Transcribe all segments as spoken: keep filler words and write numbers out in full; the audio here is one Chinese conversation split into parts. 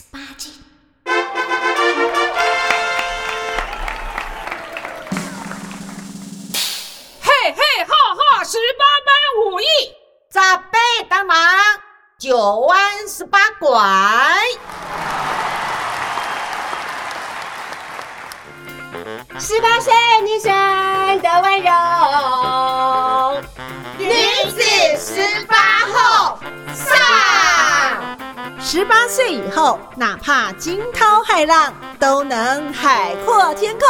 八禁。 嘿嘿哈哈，十八般武艺， 十八当郎，九弯十八拐。十八岁女生的温柔，女子十八后上。 十八岁以后，哪怕惊涛骇浪，都能海阔天空。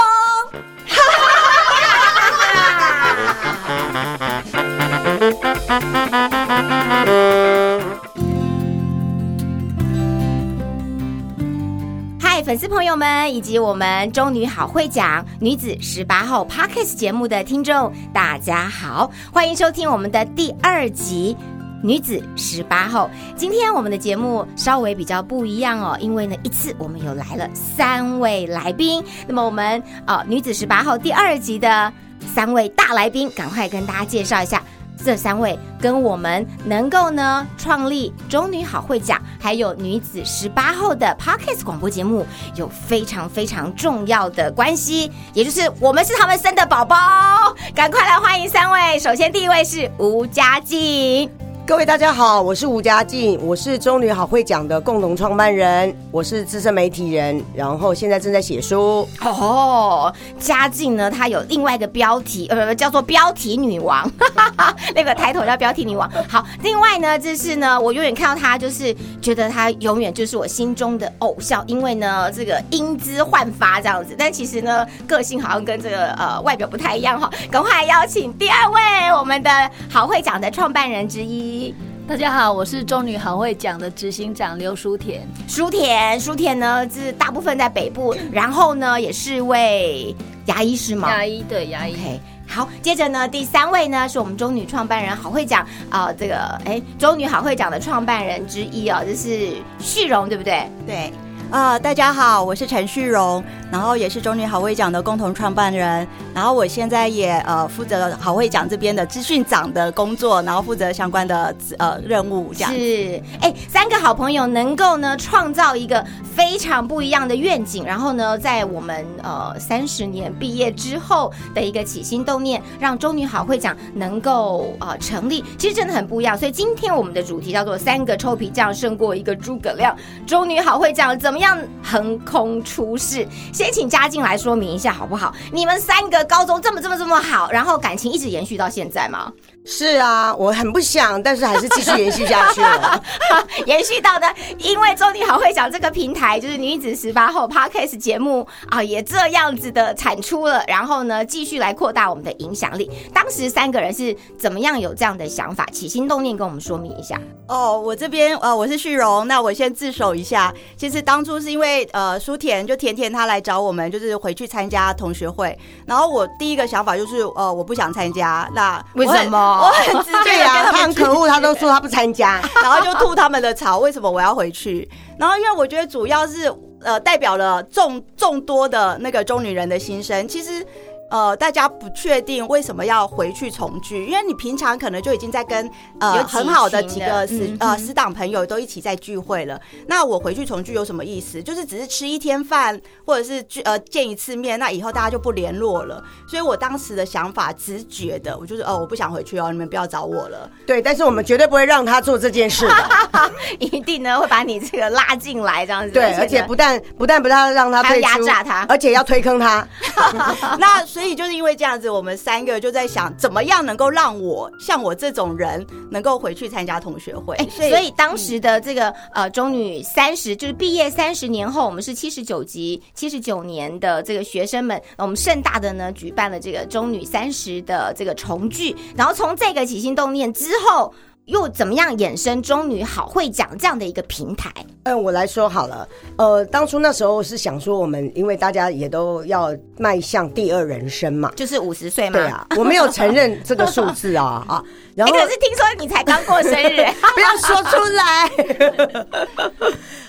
嗨，粉丝朋友们以及我们中女好会讲女子十八后 Podcast 节目的听众，大家好，欢迎收听我们的第二集女子十八后。今天我们的节目稍微比较不一样哦，因为呢一次我们有来了三位来宾。那么我们呃女子十八后第二集的三位大来宾，赶快跟大家介绍一下。这三位跟我们能够呢创立中女好会讲还有女子十八后的 Podcast 广播节目有非常非常重要的关系，也就是我们是他们生的宝宝。赶快来欢迎三位。首先第一位是吴佳静。 各位大家好，我是吴佳静，我是中女好会讲的共同创办人，我是资深媒体人，然后现在正在写书。 哦，佳静呢，她有另外一个标题，呃，叫做标题女王，那个抬头叫标题女王。好，另外呢，就是呢，我永远看到她，就是觉得她永远就是我心中的偶像，因为呢，这个英姿焕发这样子，但其实呢，个性好像跟这个呃外表不太一样哈。赶快邀请第二位，我们的好会讲的创办人之一。 大家好，我是中女好会讲的执行长刘淑田。 淑田，淑田呢是大部分在北部，然后呢也是位牙医师吗？ 牙医，对，牙医。 Okay， 好，接着呢第三位呢是我们中女创办人好会讲啊、呃，这个哎中女好会讲的创办人之一哦，就是旭荣，对不对？ 对。啊、呃，大家好，我是陈旭荣，然后也是中女好会讲的共同创办人，然后我现在也呃负责好会讲这边的资讯长的工作，然后负责相关的呃任务这样子。 是，哎，三个好朋友能够呢创造一个非常不一样的愿景，然后呢，在我们呃三十年毕业之后的一个起心动念，让中女好会讲能够呃成立，其实真的很不一样。所以今天我们的主题叫做三个臭皮匠胜过一个诸葛亮，中女好会讲怎么怎么样横空出世？先请佳静来说明一下好不好？你们三个高中这么这么这么好，然后感情一直延续到现在吗？ 是啊，我很不想，但是还是继续延续下去了。 延续到的，因为中女好会讲这个平台，就是女子十八后 Podcast 节目啊，也这样子的产出了，然后呢，继续来扩大我们的影响力。当时三个人是怎么样有这样的想法？起心动念跟我们说明一下。 哦，我这边呃，我是旭荣，那我先自首一下。其实当初是因为呃，舒田就甜甜他来找我们，就是回去参加同学会，然后我第一个想法就是呃，我不想参加。那为什么？ 我很直接的跟他们， 他很可恶，他都说他不参加， 然后就吐他们的槽，为什么我要回去？然后因为我觉得主要是呃，代表了众众多的那个中女人的心声，其实。呃，大家不确定为什么要回去重聚，因为你平常可能就已经在跟呃很好的几个死、嗯、呃死党朋友都一起在聚会了。那我回去重聚有什么意思？就是只是吃一天饭，或者是呃见一次面，那以后大家就不联络了。所以我当时的想法，直觉的，我就是哦，我不想回去哦，你们不要找我了。 对，但是我们绝对不会让他做这件事的， 一定呢会把你这个拉进来这样子。 对，而且不但不但不但让他退出， 还要压榨他， 而且要推坑他。 那所以就是因为这样子，我们三个就在想，怎么样能够让我像我这种人能够回去参加同学会。 欸、所, 以所以当时的这个、嗯、呃中女三十，就是毕业三十年后，我们是七十九级七十九年的这个学生们，我们盛大的呢举办了这个中女三十的这个重聚，然后从这个起心动念之后。又怎么样衍生中女好会讲这样的一个平台？ 嗯，我来说好了。呃，当初那时候是想说，我们因为大家也都要迈向第二人生嘛， 就是五十岁嘛。 对啊，我没有承认这个数字啊啊。然后、 欸、可是听说你才刚过生日， 不要说出来。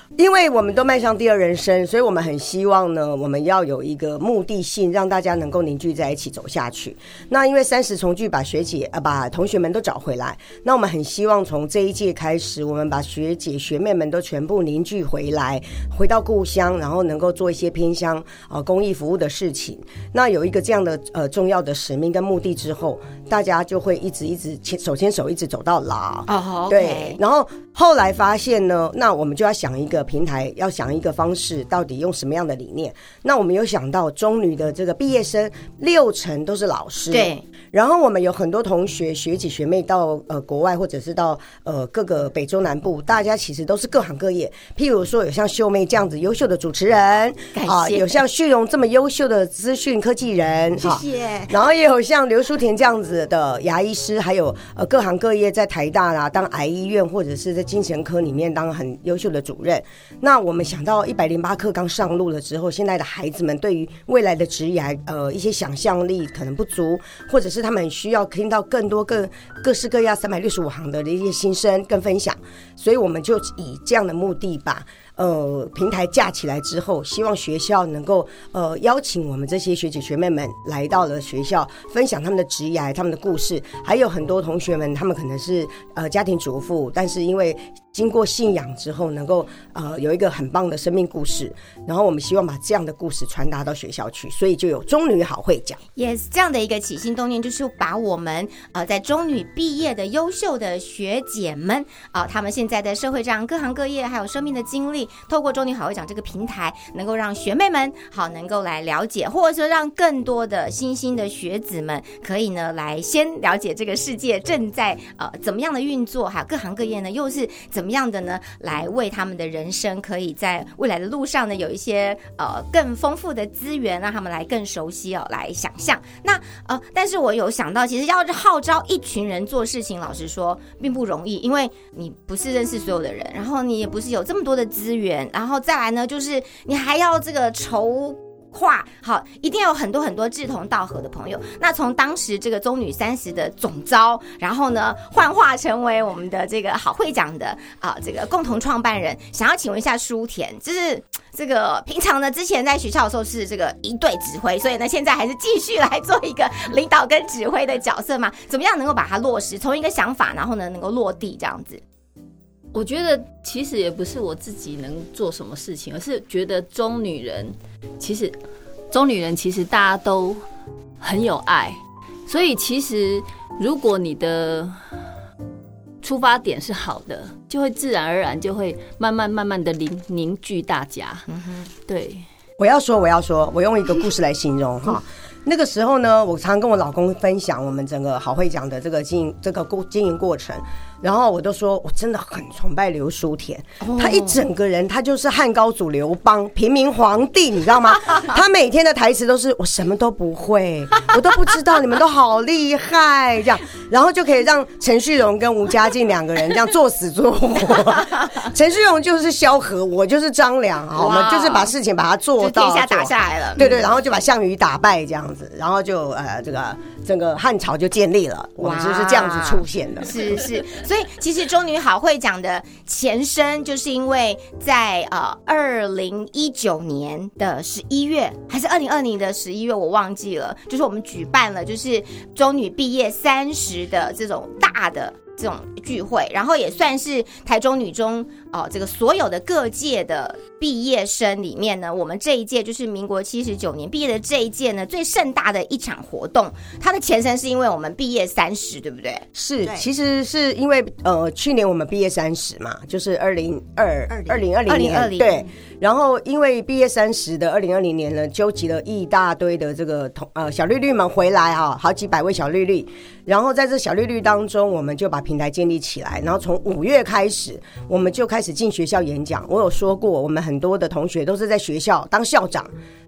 因为我们都迈向第二人生，所以我们很希望呢，我们要有一个目的性，让大家能够凝聚在一起走下去。那因为三十重聚把学姐呃把同学们都找回来，那我们很希望从这一届开始，我们把学姐学妹们都全部凝聚回来，回到故乡，然后能够做一些偏乡呃公益服务的事情。那有一个这样的呃重要的使命跟目的之后，大家就会一直一直牵手牵手一直走到老。 哦、oh, okay. 对，然后后来发现呢，那我们就要想一个平台，要想一个方式，到底用什么样的理念？那我们有想到中女的这个毕业生六成都是老师， 对。 然后我们有很多同学学姐学妹到呃国外或者是到呃各个北中南部，大家其实都是各行各业。譬如说有像秀妹这样子优秀的主持人啊、呃，有像旭荣这么优秀的资讯科技人， 谢谢。 然后也有像刘淑田这样子的牙医师，还有呃各行各业在台大啦当癌医院或者是在精神科里面当很优秀的主任。那我们想到一百零八课刚上路了之后，现在的孩子们对于未来的职业呃一些想象力可能不足，或者是他们需要听到更多更各式各样三百六十五行的一些心声跟分享，所以我们就以这样的目的把呃平台架起来之后，希望学校能够呃邀请我们这些学姐学妹们来到了学校，分享他们的职业他们的故事。还有很多同学们他们可能是呃家庭主妇，但是因为经过信仰之后能够呃有一个很棒的生命故事，然后我们希望把这样的故事传达到学校去，所以就有中女好会讲 Yes 这样的一个起心动念，就是把我们呃在中女毕业的优秀的学姐们啊、呃，他们现在的社会上各行各业还有生命的经历，透过中女好会讲这个平台，能够让学妹们好能够来了解，或者说让更多的新兴的学子们可以呢来先了解这个世界正在呃怎么样的运作，还有各行各业呢又是怎么样的呢来为他们的人生可以在未来的路上呢有一些呃更丰富的资源，让他们来更熟悉哦来想象。那呃但是我有想到，其实要号召一群人做事情，老实说并不容易，因为你不是认识所有的人，然后你也不是有这么多的资源，然后再来呢就是你还要这个筹划好，一定要有很多很多志同道合的朋友。那从当时这个中女三十的总召，然后呢幻化成为我们的这个好会讲的啊、呃、这个共同创办人，想要请问一下舒田，就是这个平常呢之前在学校的时候是这个一队指挥，所以呢现在还是继续来做一个领导跟指挥的角色嘛？怎么样能够把它落实，从一个想法然后呢能够落地这样子？ 我觉得其实也不是我自己能做什么事情，而是觉得中女人其实中女人其实大家都很有爱，所以其实如果你的出发点是好的，就会自然而然就会慢慢慢慢的凝聚大家。嗯哼，对。 我要说，我要说，我用一个故事来形容哈。那个时候呢，我常跟我老公分享我们整个好会讲的这个经营这个经营过程，然后我都说我真的很崇拜刘淑田，他一整个人他就是汉高祖刘邦，平民皇帝，你知道吗？他每天的台词都是我什么都不会，我都不知道，你们都好厉害，这样，然后就可以让陈旭荣跟吴家靖两个人这样作死作活。陈旭荣就是萧何，我就是张良，我们就是把事情把它做到， 就天下打下来了， 对对，然后就把项羽打败这样子，然后就呃这个整个汉朝就建立了，我们就是这样子出现的。 是是，所以其实中女好会讲的前身，就是因为在呃二零一九年的十一月，还是二零二零的十一月，我忘记了，就是我们举办了就是中女毕业三十的这种大的这种聚会，然后也算是台中女中哦、呃，这个所有的各界的毕业生里面呢，我们这一届就是民国七十九年毕业的这一届呢，最盛大的一场活动。它的前身是因为我们毕业三十，对不对？ 是，其实是因为呃，去年我们毕业三十嘛，就是二零二二零二零年，对。然后因为毕业三十的二零二零年呢，纠集了一大堆的这个同呃小绿绿们回来啊，好几百位小绿绿。然后在这小绿绿当中，我们就把平台建立起来。然后从五月开始，我们就开始进学校演讲。我有说过，我们很多的同学都是在学校当校长。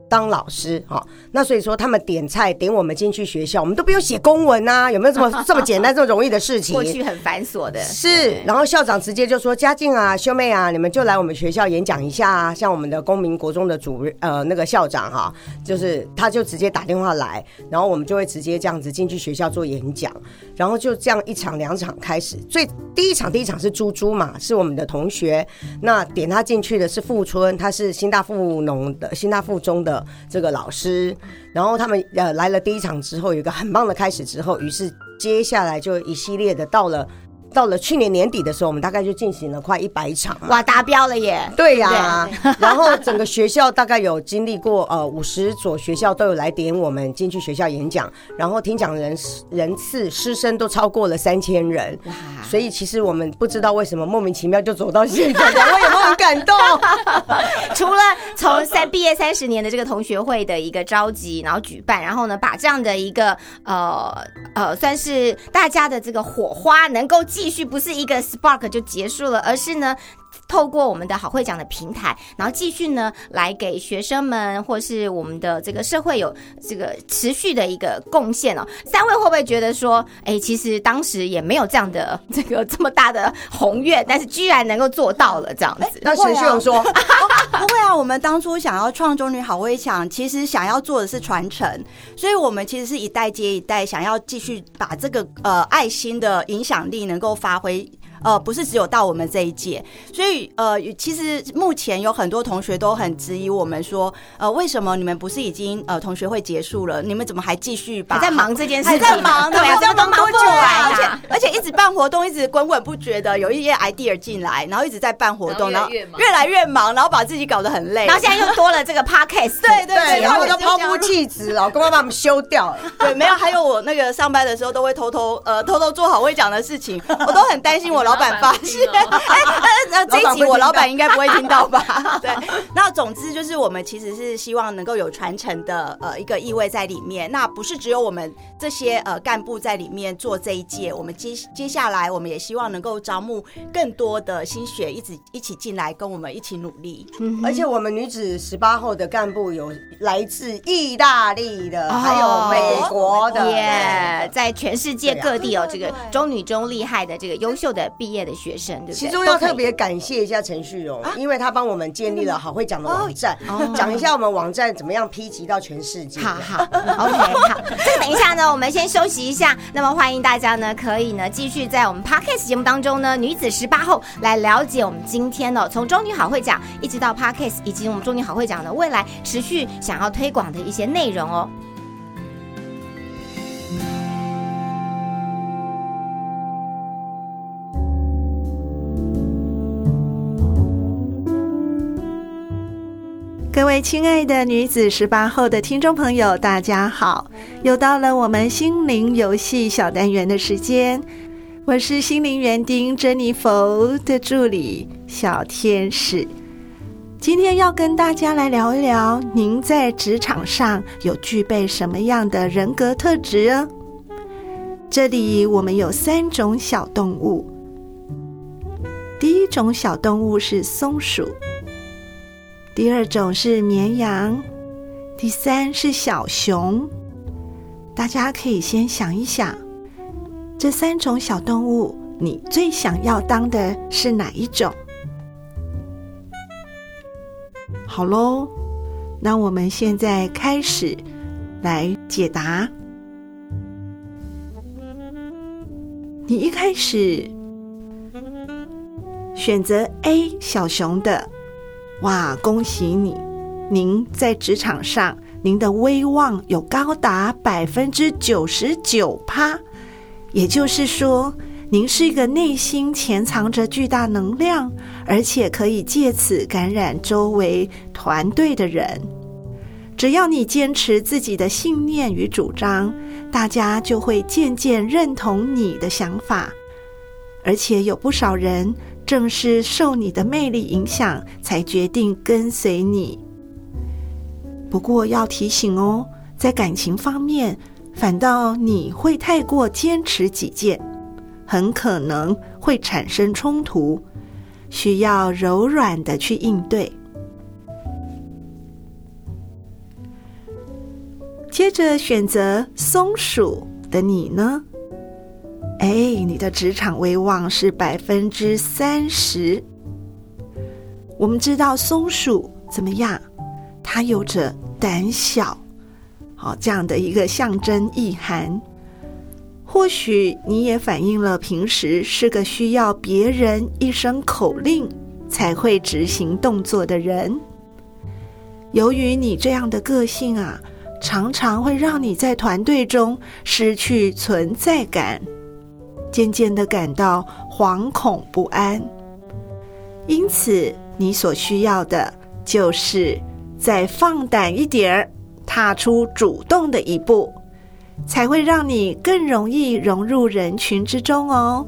当老师哈、哦。那所以说他们点菜点我们进去学校，我们都不用写公文啊，有没有这么这么简单这么容易的事情？ 过去很繁琐的。 是，然后校长直接就说：“嘉靖啊，秀妹啊，你们就来我们学校演讲一下啊。”像我们的公民国中的主任呃那个校长哈、啊，就是他就直接打电话来，然后我们就会直接这样子进去学校做演讲，然后就这样一场两场开始。最第一场第一场是猪猪嘛，是我们的同学，那点他进去的是富春，他是新大附农的新大附中的这个老师。然后他们呃来了第一场之后，有一个很棒的开始之后，于是接下来就一系列的到了到了去年年底的时候，我们大概就进行了快一百场， 哇，达标了耶！ 对呀、啊，然后整个学校大概有经历过呃五十所学校都有来点我们进去学校演讲，然后听讲人人次师生都超过了三千人，所以其实我们不知道为什么莫名其妙就走到现在，两位有没有很感动？ 除了从三毕业三十年的这个同学会的一个召集，然后举办，然后呢把这样的一个呃呃算是大家的这个火花能够继续，不是一个 spark 就结束了，而是呢透过我们的好会讲的平台，然后继续呢来给学生们或是我们的这个社会有这个持续的一个贡献哦。三位会不会觉得说，哎，其实当时也没有这样的这个这么大的宏愿，但是居然能够做到了这样子？ 那陈旭荣说， 不会啊，我们当初想要创中女好会讲，其实想要做的是传承，所以我们其实是一代接一代，想要继续把这个呃爱心的影响力能够发挥。呃，不是只有到我们这一届，所以呃，其实目前有很多同学都很质疑我们说，呃，为什么你们不是已经呃同学会结束了，你们怎么还继续把还在忙这件事情？ 还在忙， 对啊， 这都忙不出来而且而且一直办活动，一直滚滚不绝的有一些 idea 进来，然后一直在办活动，然后越来越忙，然后把自己搞得很累， 然后现在又多了这个 podcast， 对对对， 然后都抛夫弃子了，刚刚把我们休掉了。 对，没有，还有我那个上班的时候都会偷偷呃偷偷做好会讲的事情，我都很担心我老板发现。哎，呃，这一集我老板应该不会听到吧？对，那总之就是我们其实是希望能够有传承的呃一个意味在里面。那不是只有我们这些呃干部在里面做这一届，我们接接下来我们也希望能够招募更多的新血，一直一起进来跟我们一起努力。 嗯、而且我们女子十八后的干部有来自意大利的，哦、还有美国的， 耶、yeah, 在全世界各地有、哦、这个中女中厉害的这个优秀的毕业的学生。对对， 其中要特别感谢一下陈旭荣，因为他帮我们建立了好会讲的网站，讲、哦、一下我们网站怎么样披及到全世界。 好好 ，OK， 好，这个等一下呢，我们先休息一下。那么欢迎大家呢，可以呢继续在我们 Podcast 节目当中呢，女子十八后来了解我们今天的、哦、从中女好会讲一直到 Podcast， 以及我们中女好会讲的未来持续想要推广的一些内容哦。 各位亲爱的女子十八后的听众朋友，大家好，又到了我们心灵游戏小单元的时间，我是心灵园丁珍妮佛的助理小天使。今天要跟大家来聊一聊，您在职场上有具备什么样的人格特质啊？这里我们有三种小动物，第一种小动物是松鼠，第二种是绵羊，第三是小熊。大家可以先想一想，这三种小动物，你最想要当的是哪一种？好咯，那我们现在开始来解答。你一开始选择 A 小熊的，哇，恭喜你，您在职场上您的威望有高达 百分之九十九， 也就是说您是一个内心潜藏着巨大能量，而且可以借此感染周围团队的人。只要你坚持自己的信念与主张，大家就会渐渐认同你的想法，而且有不少人正是受你的魅力影响才决定跟随你。不过要提醒哦，在感情方面，反倒你会太过坚持己见，很可能会产生冲突，需要柔软的去应对。 接着选择松鼠的你呢？哎，你的职场威望是百分之三十。我们知道松鼠怎么样？它有着胆小，好这样的一个象征意涵。或许你也反映了平时是个需要别人一声口令才会执行动作的人。由于你这样的个性啊，常常会让你在团队中失去存在感，渐渐地感到惶恐不安。因此你所需要的就是再放胆一点儿，踏出主动的一步，才会让你更容易融入人群之中哦。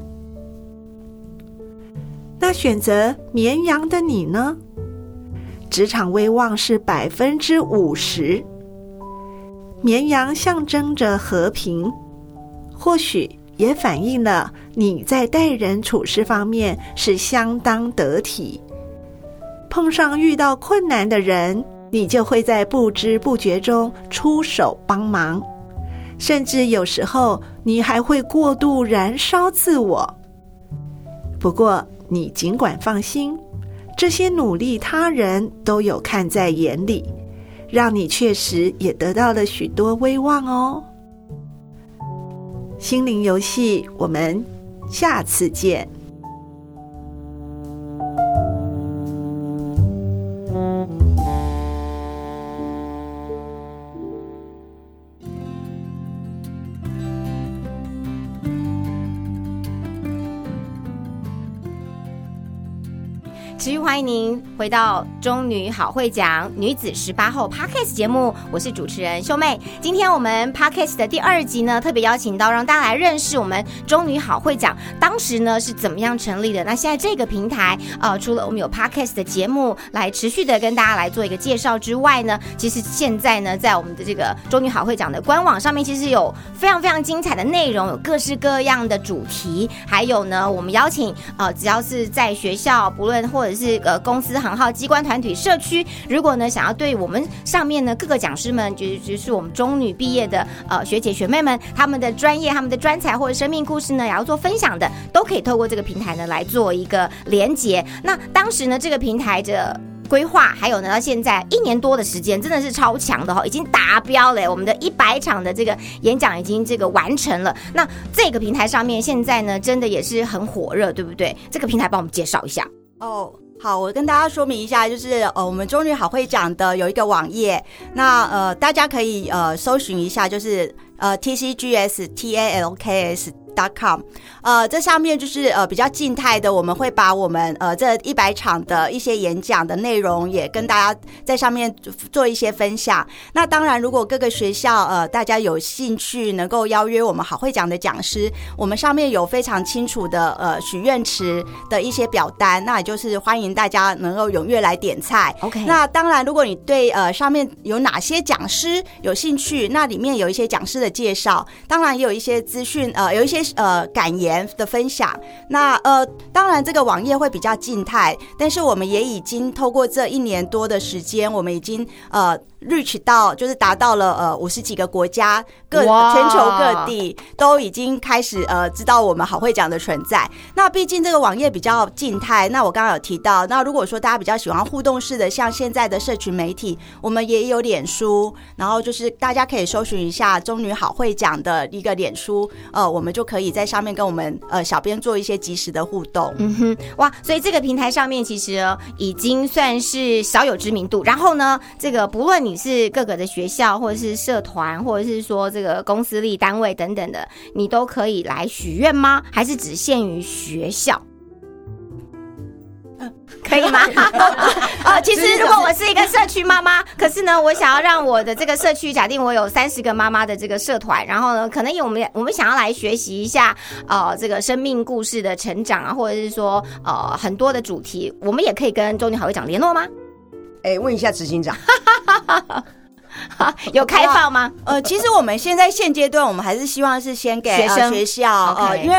那选择绵羊的你呢？职场威望是百分之五十。绵羊象征着和平，或许也反映了你在待人处事方面是相当得体。碰上遇到困难的人，你就会在不知不觉中出手帮忙，甚至有时候你还会过度燃烧自我。不过你尽管放心，这些努力他人都有看在眼里，让你确实也得到了许多威望哦。心灵游戏，我们下次见。 持续欢迎您回到中女好会讲女子十八后 Podcast 节目，我是主持人秀妹。今天我们 Podcast 的第二集呢，特别邀请到让大家来认识我们中女好会讲当时呢是怎么样成立的。那现在这个平台呃，除了我们有 Podcast 的节目来持续的跟大家来做一个介绍之外呢，其实现在呢在我们的这个中女好会讲的官网上面，其实有非常非常精彩的内容，有各式各样的主题，还有呢我们邀请呃只要是在学校，不论或者是呃公司行号机关团体社区，如果呢想要对我们上面呢各个讲师们，就是就是我们中女毕业的呃学姐学妹们，他们的专业他们的专才或者生命故事呢也要做分享的，都可以透过这个平台呢来做一个连结。那当时呢这个平台的规划还有呢到现在一年多的时间，真的是超强的、哦、已经达标了，我们的一百场的这个演讲已经这个完成了。那这个平台上面现在呢真的也是很火热，对不对？这个平台帮我们介绍一下哦。好，我跟大家说明一下，就是呃，我们中女好会讲的有一个网页，那呃，大家可以呃搜寻一下，就是呃 T C G S T A L K S dot com， 呃，这上面就是呃比较静态的，我们会把我们呃这一百场的一些演讲的内容也跟大家在上面做一些分享。那当然，如果各个学校呃大家有兴趣能够邀约我们好会讲的讲师，我们上面有非常清楚的呃许愿池的一些表单，那也就是欢迎大家能够踊跃来点菜。 OK， 那当然，如果你对呃上面有哪些讲师有兴趣，那里面有一些讲师的介绍，当然也有一些资讯，呃，有一些呃感言的分享。那呃，当然这个网页会比较静态，但是我们也已经透过这一年多的时间，我们已经呃。reach 到就是达到了呃五十几个国家，各全球各地都已经开始呃知道我们好会讲的存在。那毕竟这个网页比较静态，那我刚刚有提到，那如果说大家比较喜欢互动式的，像现在的社群媒体，我们也有脸书，然后就是大家可以搜寻一下中女好会讲的一个脸书，呃，我们就可以在上面跟我们呃小编做一些即时的互动。 嗯哼，哇，所以这个平台上面其实已经算是小有知名度。然后呢，这个不论你你是各个的学校或者是社团或者是说这个公司立单位等等的，你都可以来许愿吗？还是只限于学校？可以吗？呃，其实如果我是一个社区妈妈，可是呢，我想要让我的这个社区，假定我有三十个妈妈的这个社团，然后呢，可能有我们我们想要来学习一下呃这个生命故事的成长啊，或者是说呃很多的主题，我们也可以跟中女好会长联络吗？ 哎，问一下执行长， 有开放吗？ 呃，其实我们现在现阶段，我们还是希望是先给学生、呃、学校， okay. 呃，因为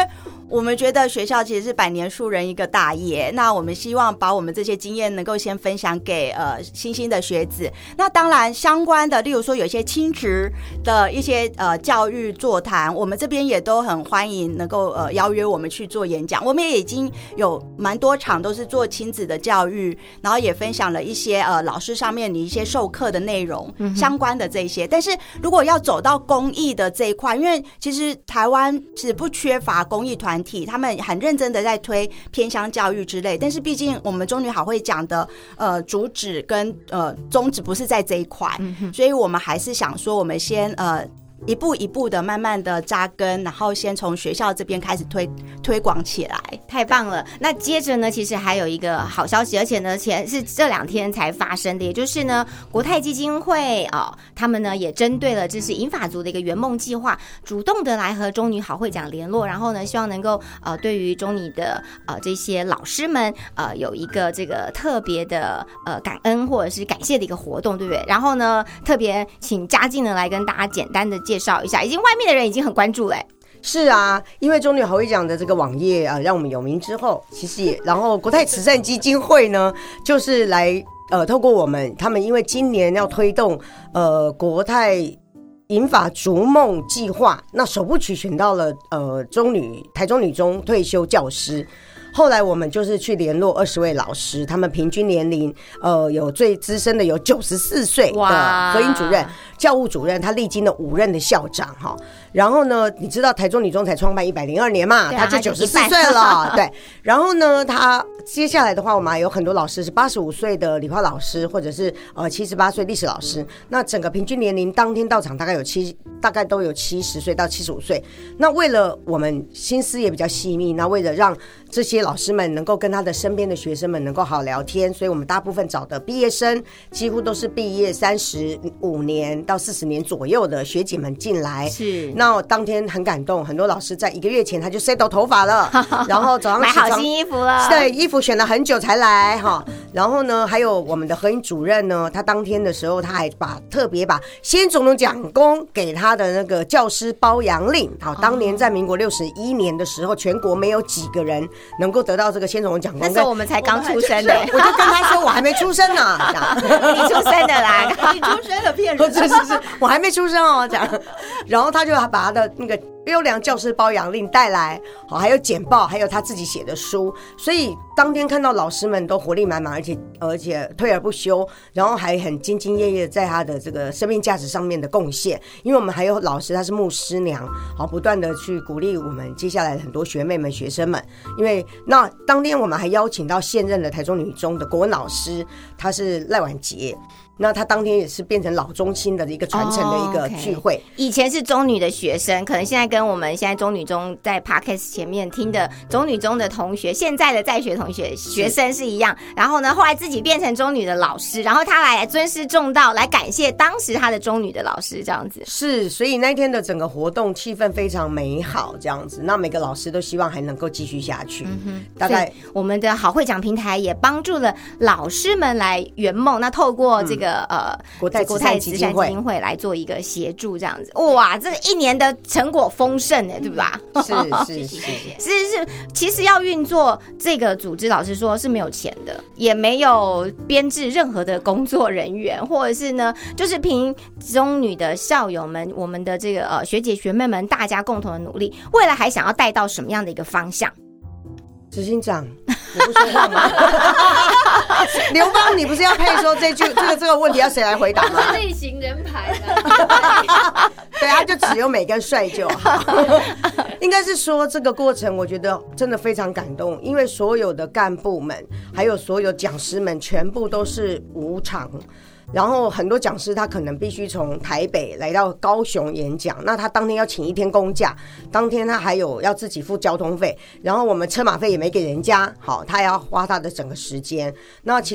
我们觉得学校其实是百年树人一个大业，那我们希望把我们这些经验能够先分享给呃新兴的学子。那当然相关的，例如说有一些亲职的一些呃教育座谈，我们这边也都很欢迎能够呃邀约我们去做演讲。我们也已经有蛮多场都是做亲子的教育，然后也分享了一些呃老师上面你一些授课的内容、嗯、相关的这一些。但是如果要走到公益的这一块，因为其实台湾是不缺乏公益团体，他们很认真的在推偏乡教育之类，但是毕竟我们中女好会讲的呃主旨跟呃宗旨不是在这一块、嗯、所以我们还是想说我们先呃一步一步的慢慢的扎根，然后先从学校这边开始推推广起来。 太棒了。那接着呢，其实还有一个好消息，而且呢前是这两天才发生的，也就是呢国泰基金会哦，他们呢也针对了这是银发族的一个圆梦计划，主动的来和中女好会长联络，然后呢希望能够呃对于中女的呃这些老师们呃有一个这个特别的呃感恩或者是感谢的一个活动，对不对？然后呢特别请嘉靖呢来跟大家简单的介绍一下，已经外面的人已经很关注了。 是啊，因为中女好会讲的这个网页啊，让我们有名之后，其实也，然后国泰慈善基金会呢，就是来呃，透过我们，他们因为今年要推动呃国泰银发逐梦计划，那首部曲选到了呃中女台中女中退休教师。后来我们就是去联络二十位老师，他们平均年龄，呃，有最资深的有九十四岁的合营主任、教务主任，他历经了五任的校长哈。然后呢，你知道台中女中才创办一百零二年嘛，他就九十四岁了，对。然后呢，他接下来的话，我们还有很多老师是八十五岁的理化老师，或者是呃七十八岁历史老师。那整个平均年龄当天到场大概有七，大概都有七十岁到七十五岁。那为了我们心思也比较细密，那为了让这些老师们能够跟他的身边的学生们能够好聊天，所以我们大部分找的毕业生几乎都是毕业三十五年到四十年左右的学姐们进来。 是， 那我当天很感动，很多老师在一个月前他就 set 头发了，然后早上买好新衣服了， 对，衣服选了很久才来哈。然后呢，还有我们的合营主任呢，他当天的时候他还把特别把先总统奖功给他的那个教师褒扬令。好，当年在民国六十一年的时候，全国没有几个人能够得到这个先总统奖功， 那时候我们才刚出生的， 我就跟他说我还没出生呢， 你出生的啦， 你出生了骗人， 是是是，我还没出生哦，这样。然后他就把他的那个优良教师褒扬令带来，好，还有简报，还有他自己写的书，所以当天看到老师们都活力满满，而且而且退而不休，然后还很兢兢业业在他的这个生命价值上面的贡献。因为我们还有老师他是牧师娘，好，不断的去鼓励我们接下来很多学妹们学生们。因为那当天我们还邀请到现任的台中女中的国文老师，他是赖婉杰。那他当天也是变成老中青的一个传承的一个聚会。 Oh, okay. 以前是中女的学生，可能现在跟我们现在中女中在 Podcast 前面听的中女中的同学，现在的在学同学学生是一样。然后呢，后来自己变成中女的老师，然后他来尊师重道，来感谢当时他的中女的老师，这样子。 是，所以那天的整个活动气氛非常美好，这样子。那每个老师都希望还能够继续下去。嗯哼，大概我们的好会讲平台也帮助了老师们来圆梦。那透过这个。嗯呃， 国泰慈善基金会基金会来做一个协助，这样子，哇，这一年的成果丰盛哎，对吧？ 是是是是是，其实要运作这个组织，老实说是没有钱的，也没有编制任何的工作人员，或者是呢，就是凭中女的校友们，我们的这个呃学姐学妹们，大家共同的努力，未来还想要带到什么样的一个方向？ 执行长，你不说话吗？刘邦，你不是要配说这句这个这个问题要谁来回答吗？ 类型人牌的， 对啊，就只有美跟帅就好。应该是说这个过程，我觉得真的非常感动，因为所有的干部们，还有所有讲师们，全部都是无偿。然后很多讲师他可能必须从台北来到高雄演讲，那他当天要请一天公假，当天他还有要自己付交通费，然后我们车马费也没给人家，好，他也要花他的整个时间。那其中还有个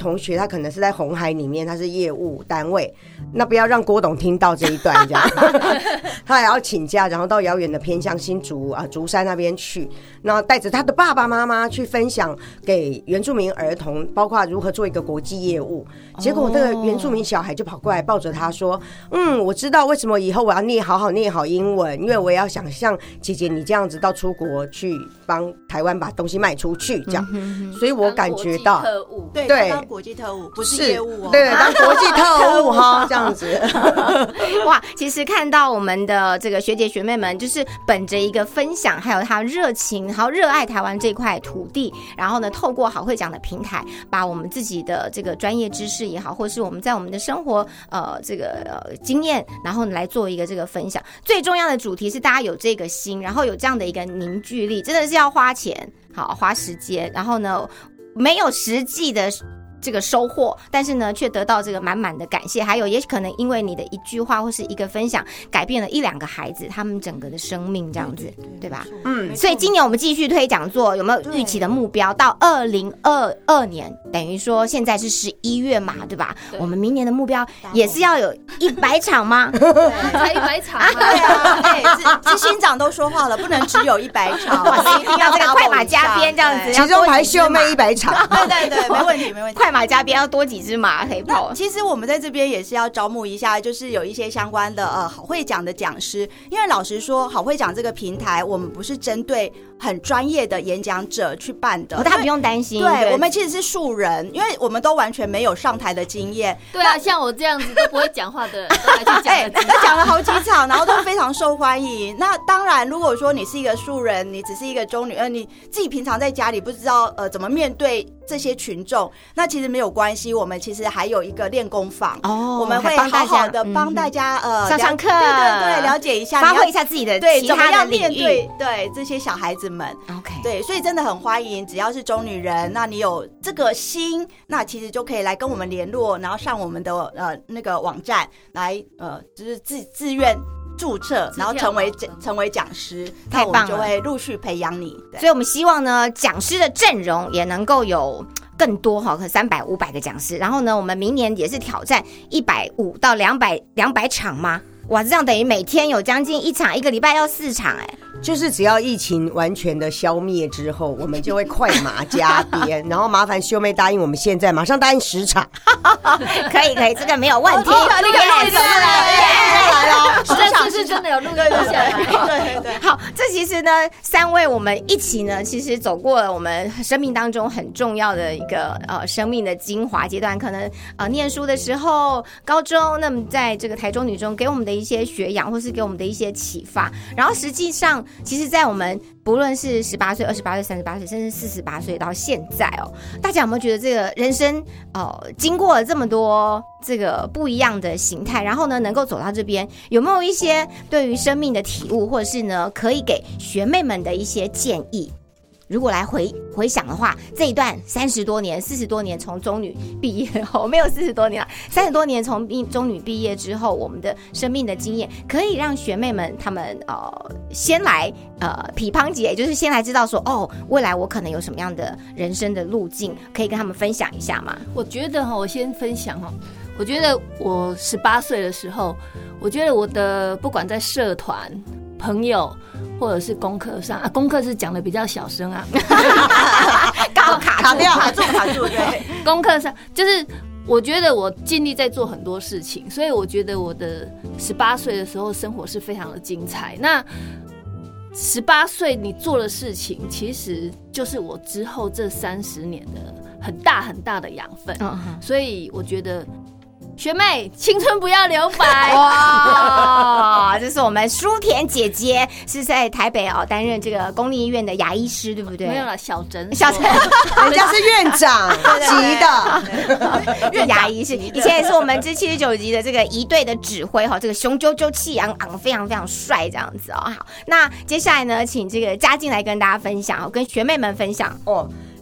同学他可能是在鸿海里面，他是业务单位，那不要让郭董听到这一段，这样他还要请假，然后到遥远的偏乡新竹啊竹山那边去，然后带着他的爸爸妈妈去分享给原住民儿童，包括如何做一个国际业务。结果那个原住民小孩就跑过来抱着他说：“嗯，我知道为什么以后我要念好好念好英文，因为我也要想像姐姐你这样子到出国去帮台湾把东西卖出去，这样。嗯”所以我感觉到， 对对， 当国际特务不是业务哦， 对，当国际特务哈，这样子。 哇，其实看到我们的这个学姐学妹们，就是本着一个分享，还有他热情，还有热爱台湾这块土地，然后呢，透过好会讲的平台，把我们自己的这个专业知识也好，或是我们在我们的生活呃这个呃经验，然后来做一个这个分享。最重要的主题是大家有这个心，然后有这样的一个凝聚力，真的是要花钱，好花时间，然后呢，没有实际的这个收获，但是呢，却得到这个满满的感谢。还有，也可能因为你的一句话或是一个分享，改变了一两个孩子他们整个的生命，这样子， 对, 对, 对, 对吧？嗯。所以今年我们继续推讲座，有没有预期的目标？到二零二二年，等于说现在是十一月嘛，对吧？对，我们明年的目标也是要有一百场吗？ 才一百场吗？ 对啊，哎，执行长都说话了，不能只有一百场， 一定要这个快马加鞭这样子， 其中还秀妹一百场。 对对对，没问题没问题。 快马加鞭要多几只马可以跑。 其实我们在这边也是要招募一下，就是有一些相关的呃好会讲的讲师，因为老实说，好会讲这个平台，我们不是针对很专业的演讲者去办的， 哦，他不用担心。 对，我们其实是素人，因为我们都完全没有上台的经验。 对啊，像我这样子都不会讲话的人，都来去讲了， 他讲了好几场，然后都非常受欢迎。那当然，如果说你是一个素人，你只是一个中女，呃，你自己平常在家里不知道呃怎么面对这些群众，那其实没有关系。我们其实还有一个练功坊，哦，我们会好好的帮大家、嗯、呃上上课， 对对对，了解一下， 发挥一下自己的对其他的领域， 怎么样面对对这些小孩子们。 OK， 对，所以真的很欢迎，只要是中女人，那你有这个心，那其实就可以来跟我们联络，然后上我们的呃那个网站来呃就是自自愿注册，然后成为成为讲师， 太棒了， 就会陆续培养你。 所以我们希望呢，讲师的阵容也能够有更多哈，可三百、五百个讲师。然后呢，我们明年也是挑战一百五到两百两百场吗？哇，这样等于每天有将近一场，一个礼拜要四场哎。 就是只要疫情完全的消灭之后，我们就会快马加鞭，然后麻烦秀妹答应我们现在马上答应十场， 可以可以，这个没有问题。 那个录下来了， 十场是真的有录下来。 对对对， 好，这其实呢，三位我们一起呢，其实走过了我们生命当中很重要的一个呃生命的精华阶段，可能呃念书的时候，高中，那么在这个台中女中给我们的一些学养，或是给我们的一些启发，然后实际上。其实在我们不论是十八岁、二十八岁、三十八岁，甚至四十八岁到现在哦，大家有没有觉得这个人生哦，经过了这么多这个不一样的形态，然后呢，能够走到这边，有没有一些对于生命的体悟，或者是呢，可以给学妹们的一些建议？如果来回回想的话，这一段三十多年、四十多年从中女毕业后，没有四十多年了，三十多年从中女毕业之后，我们的生命的经验，可以让学妹们她们呃先来呃批判姐，也就是先来知道说，哦，未来我可能有什么样的人生的路径，可以跟他们分享一下吗？ 我觉得哈，我先分享哈，我觉得我十八岁的时候，我觉得我的不管在社团、朋友。或者是功课上啊，功课是讲的比较小声啊， 刚好卡卡掉，卡住卡住。对， 功课上就是我觉得我尽力在做很多事情，所以我觉得我的十八岁的时候生活是非常的精彩。那十八岁你做的事情，其实就是我之后这三十年的很大很大的养分。嗯，所以我觉得。学妹，青春不要留白哇！这是我们舒田姐姐，是在台北哦担任这个公立医院的牙医师，对不对？ 没有啦，小诊小诊， 人家是院长级的牙医师，以前也是我们这七十九集的这个仪队的指挥哈，这个雄赳赳气昂昂，非常非常帅这样子哦。好，那接下来呢，请这个嘉靖来跟大家分享哦，跟学妹们分享哦。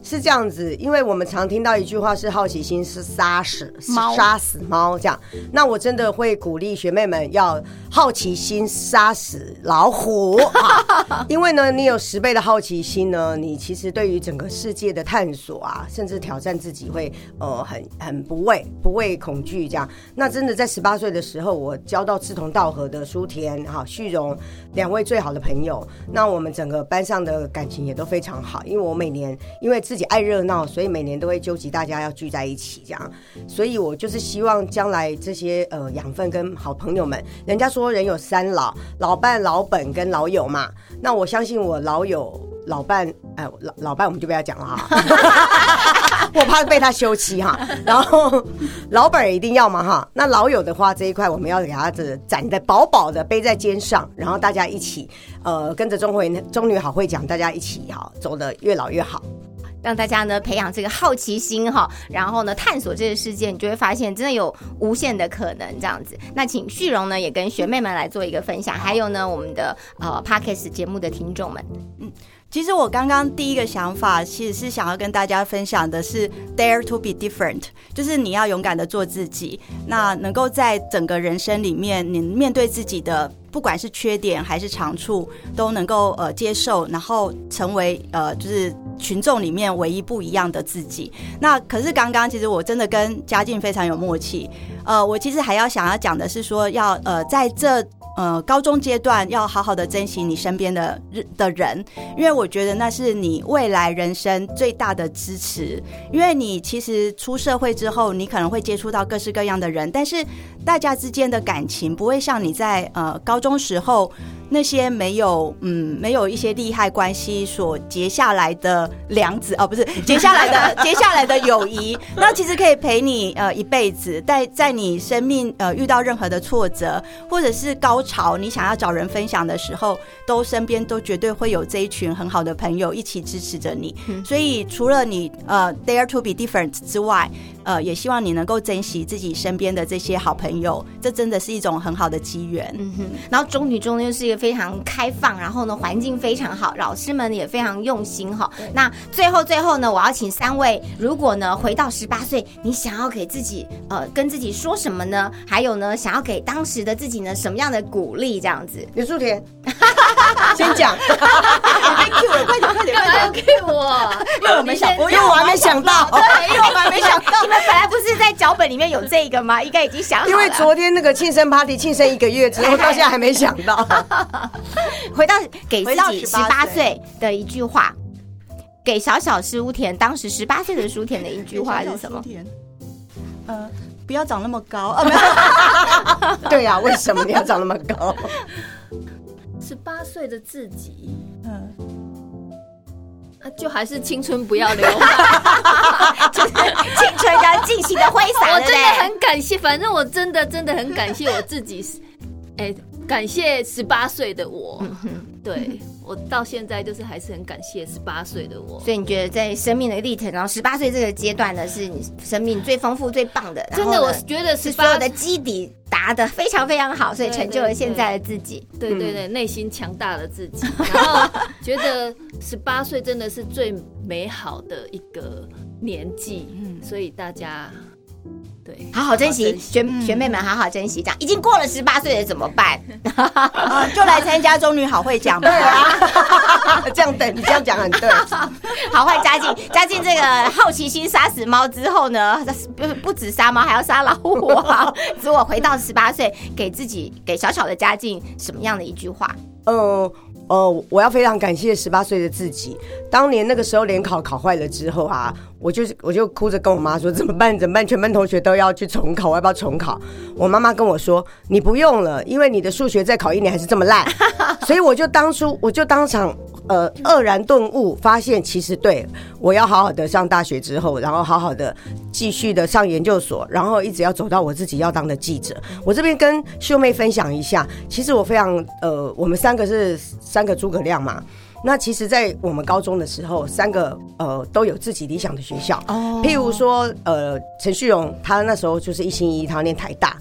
是这样子，因为我们常听到一句话是好奇心是杀死猫，杀死猫这样。那我真的会鼓励学妹们要好奇心杀死老虎啊，因为呢，你有十倍的好奇心呢，你其实对于整个世界的探索啊，甚至挑战自己会呃很很不畏不畏恐惧这样。那真的在十八岁的时候，我交到志同道合的舒田哈、旭荣两位最好的朋友，那我们整个班上的感情也都非常好，因为我每年因为自己爱热闹，所以每年都会纠集大家要聚在一起这样，所以我就是希望将来这些呃养分跟好朋友们，人家说人有三老，老伴、老本跟老友嘛，那我相信我老友、老伴，哎、呃，老老伴我们就不要讲了哈，我怕被他休妻哈，然后老本一定要嘛哈，那老友的话这一块我们要给他的攒的饱饱的背在肩上，然后大家一起呃跟着中会中女好会讲，大家一起哈走得越老越好。 让大家呢培养这个好奇心哈，然后呢探索这个世界，你就会发现真的有无限的可能这样子。那请旭荣呢也跟学妹们来做一个分享，还有呢我们的呃 Podcast 节目的听众们， 嗯。其实我刚刚第一个想法其实是想要跟大家分享的是 Dare to be different， 就是你要勇敢的做自己，那能够在整个人生里面，你面对自己的不管是缺点还是长处，都能够呃接受，然后成为呃就是群众里面唯一不一样的自己。那可是刚刚其实我真的跟嘉靖非常有默契，呃，我其实还要想要讲的是说要呃在这。呃，高中阶段要好好的珍惜你身边的的人，因为我觉得那是你未来人生最大的支持。因为你其实出社会之后，你可能会接触到各式各样的人，但是大家之间的感情不会像你在呃高中时候那些没有嗯没有一些利害关系所结下来的梁子哦，不是结下来的结下来的友谊，那其实可以陪你呃一辈子，在在你生命呃遇到任何的挫折或者是高潮，你想要找人分享的时候，都身边都绝对会有这一群很好的朋友一起支持着你。嗯、所以除了你呃 dare to be different 之外，呃，也希望你能够珍惜自己身边的这些好朋友，这真的是一种很好的机缘。 嗯哼，然后中女中呢又是一个非常开放，然后呢环境非常好，老师们也非常用心哈。那最后最后呢，我要请三位，如果呢回到十八岁，你想要给自己呃跟自己说什么呢？还有呢，想要给当时的自己呢什么样的鼓励？这样子， 刘树田先讲， 你被 Q 了，快点快点快点 Q 我， 因为我没想， 因为我还没想到， 对，因为我还没想到，你们本来不是在脚本里面有这个吗？应该已经想好了。 因为昨天那个庆生 party 庆生一个月之后，到现在还没想到。 回到给自己十八岁的一句话，给小小舒田当时十八岁的舒田的一句话是什么？ 呃，不要长那么高啊！没有对呀、啊，为什么你要长那么高？ 十八岁的自己， 嗯。 啊、就还是青春不要留， 就是青春要尽情的挥洒。 我真的很感谢，反正我真的真的很感谢我自己，哎、欸，感谢十八岁的我。嗯、对我到现在就是还是很感谢十八岁的我。 所以你觉得在生命的历程，然后十八岁这个阶段呢，是你生命最丰富、最棒的。 真的，我觉得是所有的基底打得非常非常好，所以成就了现在的自己。 对对对，内、嗯、心强大的自己，然后觉得十八岁真的是最美好的一个年纪，嗯，所以大家对好好珍惜，学、嗯、学妹们好好珍惜。这样已经过了十八岁了怎么办？ 啊，就来参加中女好会讲吧。 对啊，这样对，你这样讲很对。 好，换嘉靖，嘉靖这个好奇心杀死猫之后呢，不不止杀猫，还要杀老虎啊！所以我回到十八岁，给自己给小小的嘉靖什么样的一句话？ 嗯。呃，我要非常感谢十八岁的自己。当年那个时候联考考坏了之后啊，我就我就哭着跟我妈说怎么办怎么办，全班同学都要去重考，我要不要重考？我妈妈跟我说你不用了，因为你的数学再考一年还是这么烂。所以我就当初我就当场呃愕然顿悟，发现其实对我要好好的上大学之后，然后好好的继续的上研究所，然后一直要走到我自己要当的记者。我这边跟秀妹分享一下，其实我非常呃，我们三个是三个诸葛亮嘛。那其实，在我们高中的时候，三个呃都有自己理想的学校。哦，譬如说，呃，陈旭荣他那时候就是一心一意，他要念台大。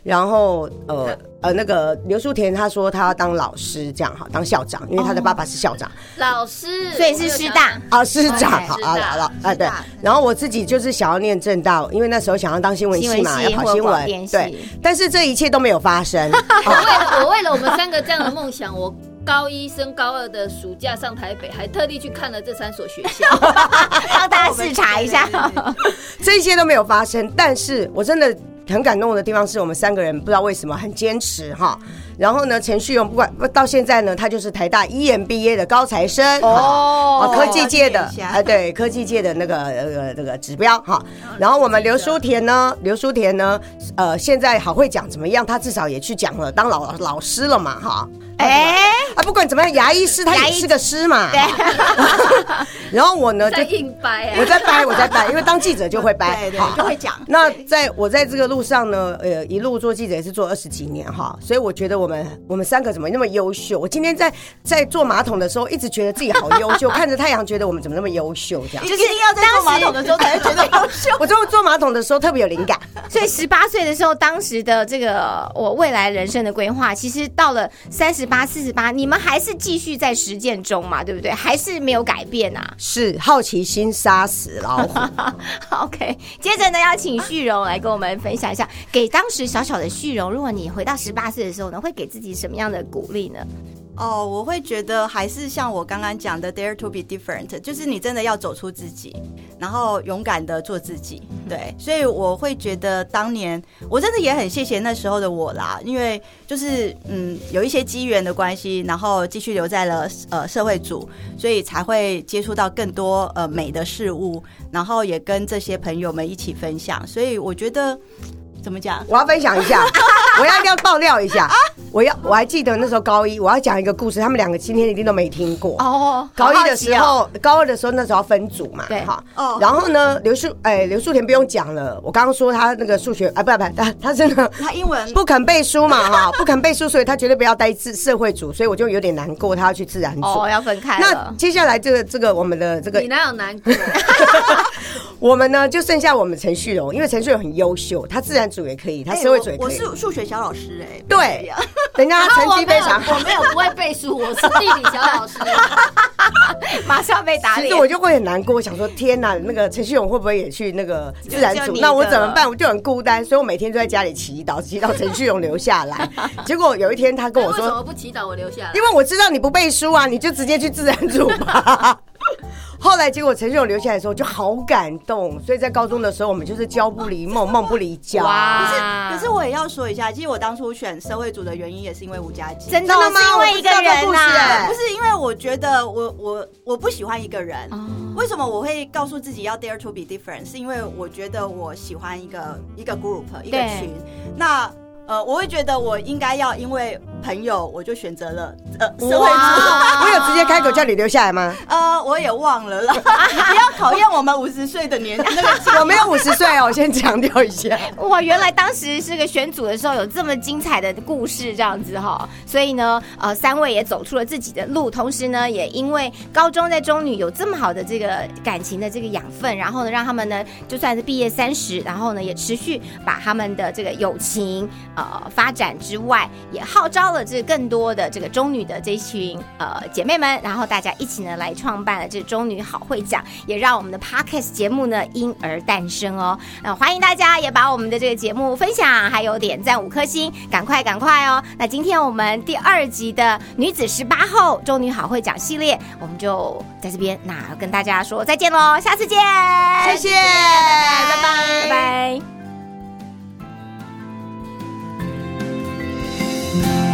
然后呃呃那个刘淑田他说他要当老师，这样哈，当校长，因为他的爸爸是校长， 老师， 所以是师大啊，师长好啊， 师大老啊对。然后我自己就是想要念政大，因为那时候想要当新闻系嘛， 新闻系要跑新闻，对。但是这一切都没有发生。 我为了我为了我们三个这样的梦想，我高一升高二的暑假上台北，还特地去看了这三所学校， 帮大家视察一下。 这些都没有发生，但是我真的很感动的地方是我们三个人不知道为什么很坚持哈。然后呢，陈旭荣不管到现在呢，他就是台大 E M B A 的高材生哦，科技界的啊，对科技界的那个那个那个指标哈。然后我们刘淑田呢，刘淑田呢，呃，现在好会讲怎么样？他至少也去讲了，当老老师了嘛哈。哎啊，不管怎么样，牙医师他也是个师嘛。对。然后我呢就硬掰， 我在掰，我在掰，因为当记者就会掰， 对对，就会讲。 那在我在这个路上呢，呃，一路做记者也是做二十几年哈，所以我觉得我们我们三个怎么那么优秀？我今天在在做马桶的时候，一直觉得自己好优秀，看着太阳觉得我们怎么那么优秀这样。 就是一定要在做马桶的时候才会觉得优秀。 我做做马桶的时候特别有灵感。 所以十八岁的时候，当时的这个我未来人生的规划，其实到了三十八、四十八，你们还是继续在实践中嘛，对不对？还是没有改变啊？ 是好奇心杀死老虎。 OK， 接着呢，要请旭荣来跟我们分享一下，给当时小小的旭荣，如果你回到十八岁的时候呢，会给自己什么样的鼓励呢？ 哦，我会觉得还是像我刚刚讲的 ，dare to be different， 就是你真的要走出自己，然后勇敢的做自己。对，所以我会觉得当年我真的也很谢谢那时候的我啦，因为就是嗯有一些机缘的关系，然后继续留在了呃社会组，所以才会接触到更多呃美的事物，然后也跟这些朋友们一起分享。所以我觉得怎么讲？ 我要分享一下，我要一定要爆料一下。我要我还记得那时候高一，我要讲一个故事，他们两个今天一定都没听过哦。高一的时候，哦、高二的时候那时候要分组嘛，对哈。哦。然后呢，刘树哎刘树田不用讲了，我刚刚说他那个数学啊，不不，他他真的他英文不肯背书嘛哈，不肯背书，所以他绝对不要待自社会组，所以我就有点难过，他要去自然组， 哦，要分开了。 那接下来这个这个我们的这个你哪有难过？ 我们呢就剩下我们陈旭荣，因为陈旭荣很优秀，他自然组也可以，他社会组也可以。 我是数学小老师哎、欸， 对，人家成绩非常好。 我没有不会背书，我是地理小老师， 马上被打脸。 其实我就会很难过，想说天哪，那个陈旭荣会不会也去那个自然组？那我怎么办？我就很孤单，所以我每天都在家里祈祷，祈祷陈旭荣留下来。结果有一天他跟我说：“ 为什么不祈祷我留下来？” 因为我知道你不背书啊，你就直接去自然组吧。后来结果陈旭荣留下来的时候就好感动，所以在高中的时候我们就是交不离梦，梦不离交。 可是可是我也要说一下，其实我当初选社会组的原因也是因为吴家基。 真的吗？是因为一个人啊？ 不是，因为我觉得我我我不喜欢一个人。哦、为什么我会告诉自己要 dare to be different？ 是因为我觉得我喜欢一个一个 group 一个群。那呃，我会觉得我应该要因为朋友，我就选择了呃社会组。 我有直接开口叫你留下来吗？ 呃，我也忘了啦。你不要考验我们五十岁的年那个。 我没有五十岁哦，我先强调一下。 哇，原来当时是个选组的时候有这么精彩的故事，这样子哈。所以呢，呃，三位也走出了自己的路，同时呢，也因为高中在中女有这么好的这个感情的这个养分，然后呢，让他们呢就算是毕业三十，然后呢也持续把他们的这个友情。呃，发展之外，也号召了这更多的这个中女的这一群呃姐妹们，然后大家一起呢来创办了这中女好会讲，也让我们的 Podcast 节目呢因而诞生哦。那欢迎大家也把我们的这个节目分享，还有点赞五颗星，赶快赶快哦！那今天我们第二集的女子十八后中女好会讲系列，我们就在这边那跟大家说再见喽，下次见， 谢谢， 拜拜，拜拜。